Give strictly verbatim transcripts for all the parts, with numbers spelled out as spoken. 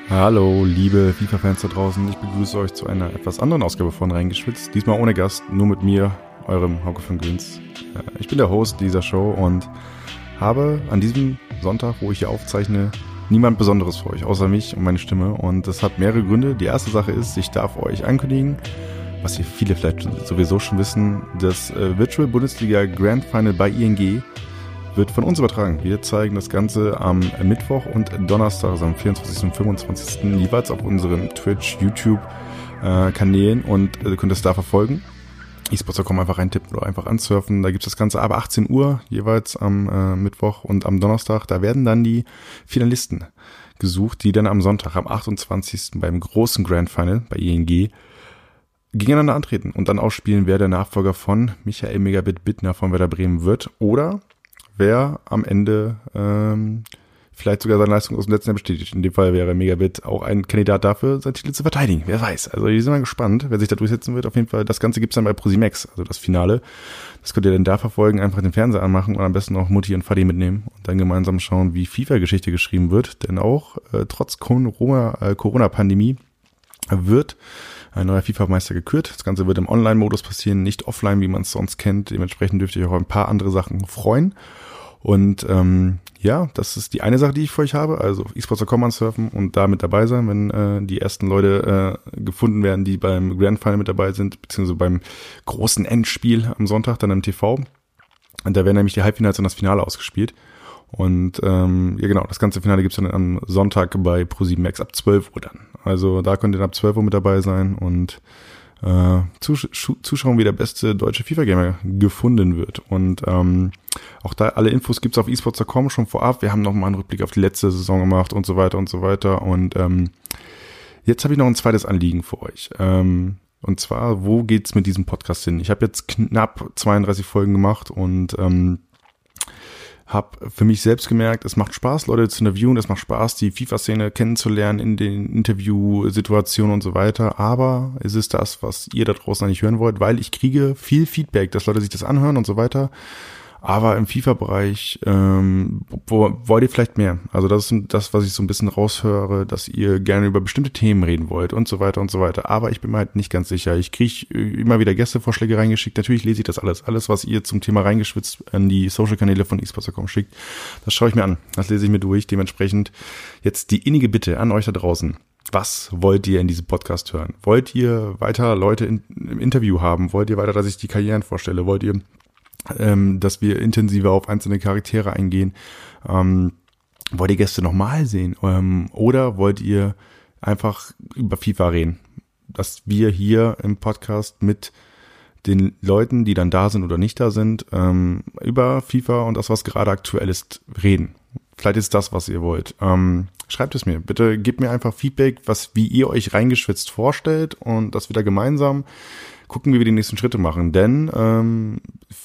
Hallo, liebe FIFA-Fans da draußen. Ich begrüße euch zu einer etwas anderen Ausgabe von Reingeschwitzt. Diesmal ohne Gast, nur mit mir, eurem Hauke von Göns. Ich bin der Host dieser Show und habe an diesem Sonntag, wo ich hier aufzeichne, niemand Besonderes für euch, außer mich und meine Stimme. Und das hat mehrere Gründe. Die erste Sache ist, ich darf euch ankündigen, was ihr viele vielleicht sowieso schon wissen, das Virtual Bundesliga Grand Final bei I N G wird von uns übertragen. Wir zeigen das Ganze am Mittwoch und Donnerstag, also am vierundzwanzigsten und fünfundzwanzigsten jeweils auf unseren Twitch, YouTube äh, Kanälen und äh, könnt es da verfolgen. eSports Punkt com einfach reintippen oder einfach ansurfen. Da gibt es das Ganze ab achtzehn Uhr jeweils am äh, Mittwoch und am Donnerstag. Da werden dann die Finalisten gesucht, die dann am Sonntag, am achtundzwanzigsten beim großen Grand Final bei I N G gegeneinander antreten und dann ausspielen, wer der Nachfolger von Michael Megabit Bittner von Werder Bremen wird oder wer am Ende ähm, vielleicht sogar seine Leistung aus dem letzten Jahr bestätigt. In dem Fall wäre Megabit auch ein Kandidat dafür, seinen Titel zu verteidigen. Wer weiß. Also wir sind mal gespannt, wer sich da durchsetzen wird. Auf jeden Fall, das Ganze gibt's dann bei ProSimax, also das Finale. Das könnt ihr dann da verfolgen, einfach den Fernseher anmachen und am besten auch Mutti und Vati mitnehmen und dann gemeinsam schauen, wie FIFA-Geschichte geschrieben wird. Denn auch äh, trotz Corona, äh, Corona-Pandemie wird ein neuer FIFA-Meister gekürt. Das Ganze wird im Online-Modus passieren, nicht offline, wie man es sonst kennt. Dementsprechend dürft ihr euch auch ein paar andere Sachen freuen. Und ähm, ja, das ist die eine Sache, die ich für euch habe. Also auf eSports Punkt com ansurfen und da mit dabei sein, wenn äh, die ersten Leute äh, gefunden werden, die beim Grand Final mit dabei sind, beziehungsweise beim großen Endspiel am Sonntag dann im T V. Und da werden nämlich die Halbfinals und das Finale ausgespielt. Und ähm, ja genau, das ganze Finale gibt's dann am Sonntag bei ProSimax ab zwölf Uhr dann. Also da könnt ihr dann ab zwölf Uhr mit dabei sein und äh, zusch- zuschauen, wie der beste deutsche FIFA-Gamer gefunden wird. Und ähm, auch da alle Infos gibt's auf eSports Punkt com schon vorab. Wir haben noch mal einen Rückblick auf die letzte Saison gemacht und so weiter und so weiter. Und ähm, jetzt habe ich noch ein zweites Anliegen für euch. Ähm, und zwar, wo geht's mit diesem Podcast hin? Ich habe jetzt knapp zweiunddreißig Folgen gemacht und ähm, habe für mich selbst gemerkt, es macht Spaß, Leute zu interviewen, es macht Spaß, die FIFA-Szene kennenzulernen in den Interviewsituationen und so weiter, aber es ist das, was ihr da draußen eigentlich hören wollt, weil ich kriege viel Feedback, dass Leute sich das anhören und so weiter, aber im FIFA-Bereich ähm, wo, wollt ihr vielleicht mehr. Also das ist das, was ich so ein bisschen raushöre, dass ihr gerne über bestimmte Themen reden wollt und so weiter und so weiter. Aber ich bin mir halt nicht ganz sicher. Ich kriege immer wieder Gästevorschläge reingeschickt. Natürlich lese ich das alles. Alles, was ihr zum Thema reingeschwitzt an die Social-Kanäle von eSports Punkt com schickt, das schaue ich mir an. Das lese ich mir durch. Dementsprechend jetzt die innige Bitte an euch da draußen. Was wollt ihr in diesem Podcast hören? Wollt ihr weiter Leute in, im Interview haben? Wollt ihr weiter, dass ich die Karrieren vorstelle? Wollt ihr Ähm, dass wir intensiver auf einzelne Charaktere eingehen? Ähm, wollt ihr Gäste nochmal sehen? Ähm, oder wollt ihr einfach über FIFA reden? Dass wir hier im Podcast mit den Leuten, die dann da sind oder nicht da sind, ähm, über FIFA und das, was gerade aktuell ist, reden. Vielleicht ist das, was ihr wollt. Ähm, schreibt es mir. Bitte gebt mir einfach Feedback, was wie ihr euch reingeschwitzt vorstellt und dass wir da gemeinsam gucken, wie wir die nächsten Schritte machen. Denn ähm,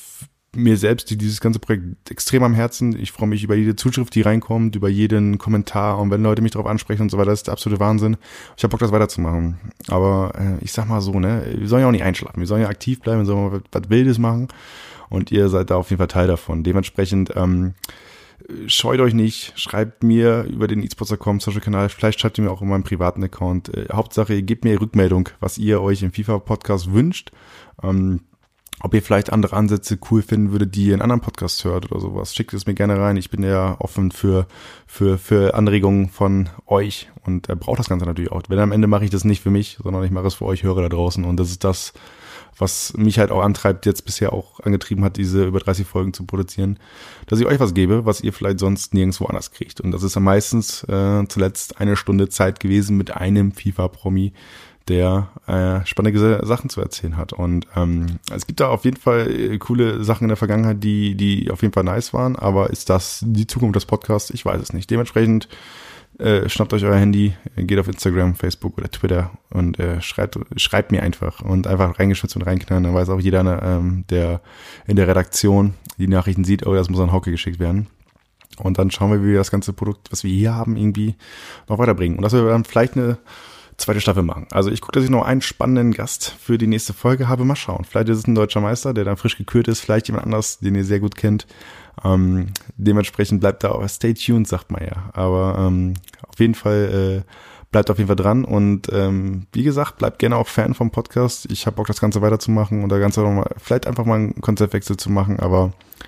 mir selbst die dieses ganze Projekt extrem am Herzen. Ich freue mich über jede Zuschrift, die reinkommt, über jeden Kommentar und wenn Leute mich darauf ansprechen und so weiter, das ist der absolute Wahnsinn. Ich habe Bock, das weiterzumachen. Aber äh, ich sag mal so, ne, wir sollen ja auch nicht einschlafen, wir sollen ja aktiv bleiben, wir sollen mal was, was Wildes machen und ihr seid da auf jeden Fall Teil davon. Dementsprechend ähm, scheut euch nicht, schreibt mir über den eSports Punkt com Social-Kanal, vielleicht schreibt ihr mir auch in meinem privaten Account. Äh, Hauptsache, ihr gebt mir Rückmeldung, was ihr euch im FIFA-Podcast wünscht. Ähm, Ob ihr vielleicht andere Ansätze cool finden würdet, die ihr in anderen Podcasts hört oder sowas. Schickt es mir gerne rein. Ich bin ja offen für für für Anregungen von euch und äh, braucht das Ganze natürlich auch. Wenn am Ende mache ich das nicht für mich, sondern ich mache es für euch Hörer da draußen. Und das ist das, was mich halt auch antreibt, jetzt bisher auch angetrieben hat, diese über dreißig Folgen zu produzieren, dass ich euch was gebe, was ihr vielleicht sonst nirgendwo anders kriegt. Und das ist ja meistens äh, zuletzt eine Stunde Zeit gewesen mit einem FIFA-Promi, der äh, spannende Sachen zu erzählen hat. Und ähm, es gibt da auf jeden Fall äh, coole Sachen in der Vergangenheit, die die auf jeden Fall nice waren, aber ist das die Zukunft des Podcasts? Ich weiß es nicht. Dementsprechend äh, schnappt euch euer Handy, geht auf Instagram, Facebook oder Twitter und äh, schreibt, schreibt mir einfach und einfach reingeschützt und reinknallen. Dann weiß auch jeder, ähm, der in der Redaktion die Nachrichten sieht, oh, das muss an Hauke geschickt werden. Und dann schauen wir, wie wir das ganze Produkt, was wir hier haben, irgendwie noch weiterbringen. Und dass wir dann vielleicht eine zweite Staffel machen. Also ich gucke, dass ich noch einen spannenden Gast für die nächste Folge habe. Mal schauen. Vielleicht ist es ein deutscher Meister, der dann frisch gekürt ist. Vielleicht jemand anders, den ihr sehr gut kennt. Ähm, dementsprechend bleibt da auch stay tuned, sagt man ja. Aber ähm, auf jeden Fall äh, bleibt auf jeden Fall dran und ähm, wie gesagt, bleibt gerne auch Fan vom Podcast. Ich habe Bock, das Ganze weiterzumachen und da Ganze nochmal, vielleicht einfach mal einen Konzeptwechsel zu machen, aber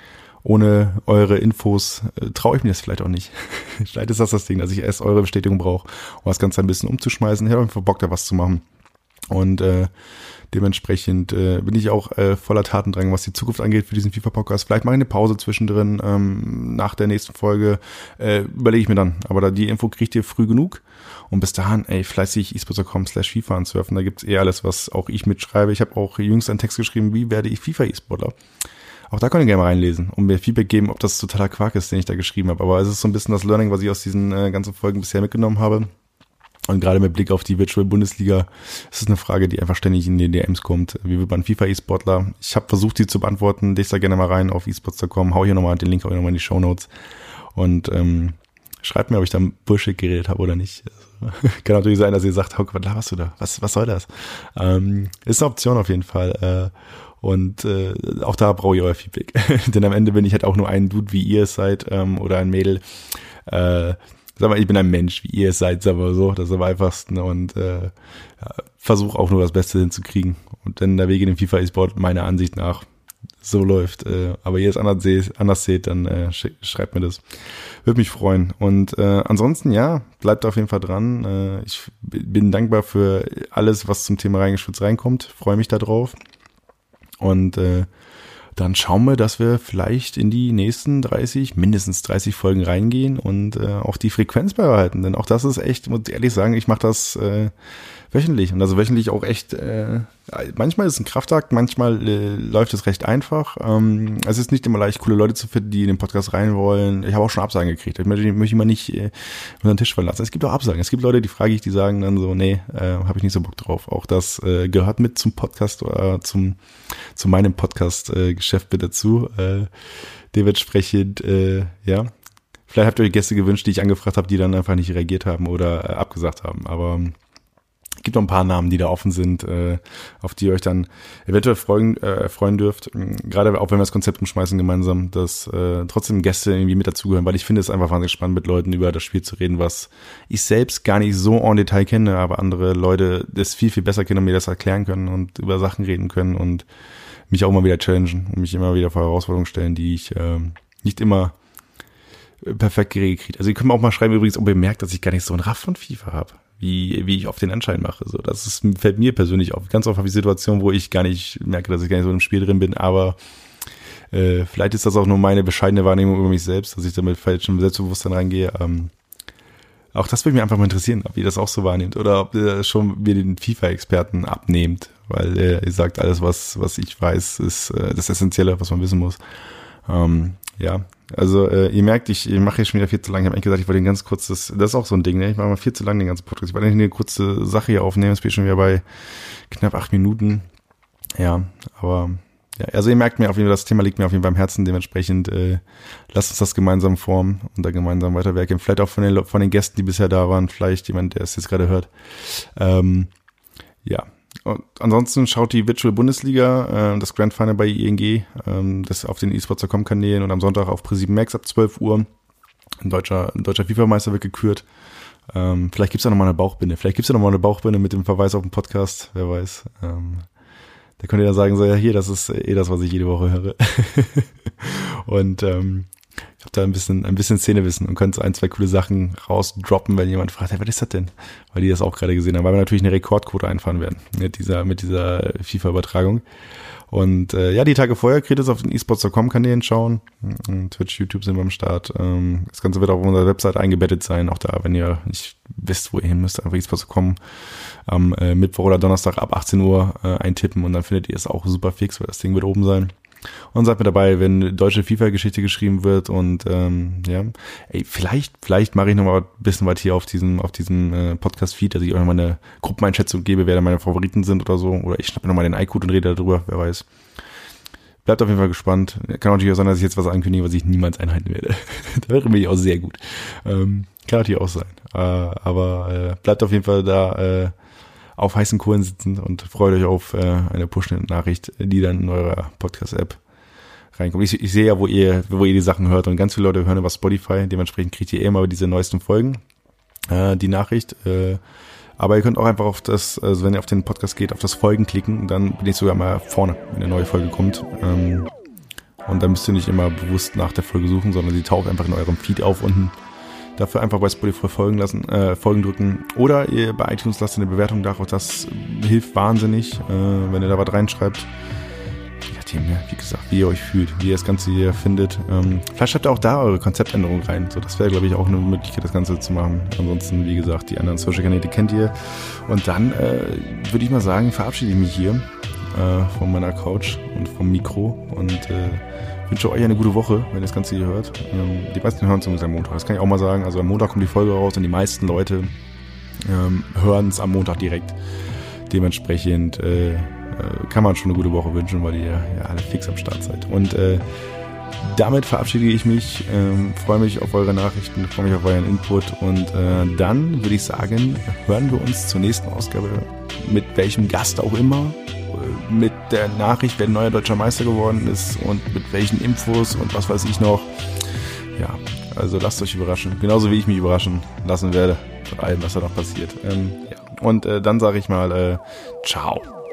ohne eure Infos äh, traue ich mir das vielleicht auch nicht. Vielleicht ist das das Ding, dass ich erst eure Bestätigung brauche, um das Ganze ein bisschen umzuschmeißen. Ich habe einfach Bock, da was zu machen. Und äh, dementsprechend äh, bin ich auch äh, voller Tatendrang, was die Zukunft angeht für diesen FIFA-Podcast. Vielleicht mache ich eine Pause zwischendrin. Ähm, nach der nächsten Folge äh, überlege ich mir dann. Aber da die Info kriegt ihr früh genug. Und bis dahin, ey, fleißig esports punkt com slash FIFA ansurfen. Da gibt's eh alles, was auch ich mitschreibe. Ich habe auch jüngst einen Text geschrieben, wie werde ich FIFA-E-Sportler. Auch da könnt ihr gerne mal reinlesen und mir Feedback geben, ob das totaler Quark ist, den ich da geschrieben habe. Aber es ist so ein bisschen das Learning, was ich aus diesen äh, ganzen Folgen bisher mitgenommen habe. Und gerade mit Blick auf die Virtual Bundesliga ist es eine Frage, die einfach ständig in die D Ms kommt. Wie wird man FIFA-E-Sportler? Ich habe versucht, die zu beantworten. Lest da gerne mal rein auf esports punkt com. Hau hier nochmal den Link auch nochmal in die Shownotes. Und ähm, schreibt mir, ob ich da Bullshit geredet habe oder nicht. Also, kann natürlich sein, dass ihr sagt, Hauke, was laberst du da? Was, was soll das? Ähm, ist eine Option auf jeden Fall. Äh, Und äh, auch da brauche ich euer Feedback. Denn am Ende bin ich halt auch nur ein Dude, wie ihr es seid, ähm, oder ein Mädel. Äh, sag mal, ich bin ein Mensch, wie ihr es seid, sag mal so. Das ist am einfachsten. Und äh, ja, versuche auch nur das Beste hinzukriegen. Und wenn der Weg in den FIFA-E-Sport meiner Ansicht nach so läuft, äh, aber ihr es anders seht, anders seht dann äh, sch- schreibt mir das. Würde mich freuen. Und äh, ansonsten, ja, bleibt auf jeden Fall dran. Äh, ich bin dankbar für alles, was zum Thema Reingeschwitzt reinkommt. Freue mich da drauf. Und äh, dann schauen wir, dass wir vielleicht in die nächsten dreißig, mindestens dreißig Folgen reingehen und äh, auch die Frequenz beibehalten. Denn auch das ist echt, muss ich ehrlich sagen, ich mache das äh, wöchentlich. Und also wöchentlich auch echt, äh, manchmal ist es ein Kraftakt, manchmal äh, läuft es recht einfach. Ähm, es ist nicht immer leicht, coole Leute zu finden, die in den Podcast rein wollen. Ich habe auch schon Absagen gekriegt. Ich möchte, möchte immer nicht äh, unter den Tisch fallen lassen. Es gibt auch Absagen. Es gibt Leute, die frage ich, die sagen dann so, nee, äh, habe ich nicht so Bock drauf. Auch das äh, gehört mit zum Podcast oder zum zu meinem Podcast-Geschäft äh, mit dazu. Äh, dementsprechend, äh, ja, vielleicht habt ihr euch Gäste gewünscht, die ich angefragt habe, die dann einfach nicht reagiert haben oder äh, abgesagt haben. Aber es gibt noch ein paar Namen, die da offen sind, äh, auf die ihr euch dann eventuell freuen, äh, freuen dürft. Gerade auch wenn wir das Konzept umschmeißen gemeinsam, dass äh, trotzdem Gäste irgendwie mit dazugehören, weil ich finde es einfach wahnsinnig spannend, mit Leuten über das Spiel zu reden, was ich selbst gar nicht so en Detail kenne, aber andere Leute das viel, viel besser kennen und mir das erklären können und über Sachen reden können und mich auch mal wieder challengen und mich immer wieder vor Herausforderungen stellen, die ich äh, nicht immer perfekt geregelt kriege. Also ihr könnt mir auch mal schreiben übrigens, ob ihr merkt, dass ich gar nicht so einen Raff von FIFA habe, wie wie ich auf den Anschein mache. So, das ist, fällt mir persönlich auf. Ganz oft habe ich Situationen, wo ich gar nicht merke, dass ich gar nicht so im Spiel drin bin, aber äh, vielleicht ist das auch nur meine bescheidene Wahrnehmung über mich selbst, dass ich da mit falschem Selbstbewusstsein reingehe. Ähm, auch das würde mich einfach mal interessieren, ob ihr das auch so wahrnehmt oder ob ihr schon mir den FIFA-Experten abnehmt, weil äh, ihr sagt, alles, was was ich weiß, ist äh, das Essentielle, was man wissen muss. Ähm, ja, also äh, ihr merkt, ich, ich mache hier schon wieder viel zu lang. Ich habe eigentlich gesagt, ich wollte den ganz kurz, das, das ist auch so ein Ding, ne? Ich mache mal viel zu lang den ganzen Podcast. Ich wollte eigentlich eine kurze Sache hier aufnehmen, jetzt bin ich schon wieder bei knapp acht Minuten. Ja, aber ja, also ihr merkt mir auf jeden Fall, das Thema liegt mir auf jeden Fall am Herzen, dementsprechend äh, lasst uns das gemeinsam formen und da gemeinsam weiterwerken. Vielleicht auch von den, von den Gästen, die bisher da waren, vielleicht jemand, der es jetzt gerade hört. Ähm, ja, und ansonsten schaut die Virtual Bundesliga, äh, das Grand Final bei I N G, ähm, das auf den esports punkt com Kanälen und am Sonntag auf ProSieben Max ab zwölf Uhr. Ein deutscher, ein deutscher FIFA-Meister wird gekürt. Ähm, vielleicht gibt's da nochmal eine Bauchbinde. Vielleicht gibt's da nochmal eine Bauchbinde mit dem Verweis auf den Podcast, wer weiß. Ähm, Da könnt ihr dann sagen, so ja hier, das ist eh das, was ich jede Woche höre. Und ähm, ich habe da ein bisschen ein bisschen Szenewissen und könnt so ein, zwei coole Sachen rausdroppen, wenn jemand fragt, hey, was ist das denn? Weil die das auch gerade gesehen haben, weil wir natürlich eine Rekordquote einfahren werden mit dieser mit dieser FIFA-Übertragung. Und äh, ja, die Tage vorher kriegt es auf den esports punkt com Kanälen schauen. Twitch, YouTube sind wir am Start. Ähm, das Ganze wird auch auf unserer Website eingebettet sein. Auch da, wenn ihr nicht wisst, wo ihr hin müsst, einfach esports punkt com am äh, Mittwoch oder Donnerstag ab achtzehn Uhr äh, eintippen und dann findet ihr es auch super fix, weil das Ding wird oben sein. Und seid mit dabei, wenn deutsche FIFA-Geschichte geschrieben wird und ähm, ja, ey, vielleicht, vielleicht mache ich noch mal ein bisschen was hier auf diesem, auf diesem äh, Podcast-Feed, dass ich euch noch mal eine Gruppeneinschätzung gebe, wer da meine Favoriten sind oder so. Oder ich schnappe noch mal den iCode und rede darüber, wer weiß. Bleibt auf jeden Fall gespannt. Kann natürlich auch sein, dass ich jetzt was ankündige, was ich niemals einhalten werde. Da wäre mir auch sehr gut. Ähm, kann natürlich auch sein. Äh, aber äh, bleibt auf jeden Fall da äh, auf heißen Kohlen sitzen und freut euch auf äh, eine Push-Nachricht, die dann in eurer Podcast-App reinkommt. Ich, ich sehe ja, wo ihr, wo ihr die Sachen hört und ganz viele Leute hören über Spotify, dementsprechend kriegt ihr eh immer diese neuesten Folgen. äh, die Nachricht. Äh, aber ihr könnt auch einfach auf das, also wenn ihr auf den Podcast geht, auf das Folgen klicken, dann bin ich sogar mal vorne, wenn eine neue Folge kommt. Ähm, und dann müsst ihr nicht immer bewusst nach der Folge suchen, sondern sie taucht einfach in eurem Feed auf unten. Dafür einfach bei Spotify folgen lassen, äh, Folgen drücken. Oder ihr bei iTunes lasst eine Bewertung da, auch das hilft wahnsinnig, äh, wenn ihr da was reinschreibt. Ja, wie gesagt, wie ihr euch fühlt, wie ihr das Ganze hier findet. Ähm, vielleicht schreibt ihr auch da eure Konzeptänderung rein. So, das wäre, glaube ich, auch eine Möglichkeit, das Ganze zu machen. Ansonsten, wie gesagt, die anderen Social-Kanäle kennt ihr. Und dann äh, würde ich mal sagen, verabschiede ich mich hier äh, von meiner Couch und vom Mikro und äh, wünsche euch eine gute Woche, wenn ihr das Ganze hier hört. Ähm, die meisten hören es übrigens am Montag, das kann ich auch mal sagen. Also am Montag kommt die Folge raus und die meisten Leute ähm, hören es am Montag direkt. Dementsprechend äh, kann man schon eine gute Woche wünschen, weil ihr ja alle fix am Start seid. Und äh, damit verabschiede ich mich, ähm, freue mich auf eure Nachrichten, freue mich auf euren Input und äh, dann würde ich sagen, hören wir uns zur nächsten Ausgabe mit welchem Gast auch immer, äh, mit der Nachricht, wer neuer deutscher Meister geworden ist und mit welchen Infos und was weiß ich noch. Ja, also lasst euch überraschen, genauso wie ich mich überraschen lassen werde von allem, was da noch passiert. Ähm, ja. Und äh, dann sage ich mal, äh, ciao.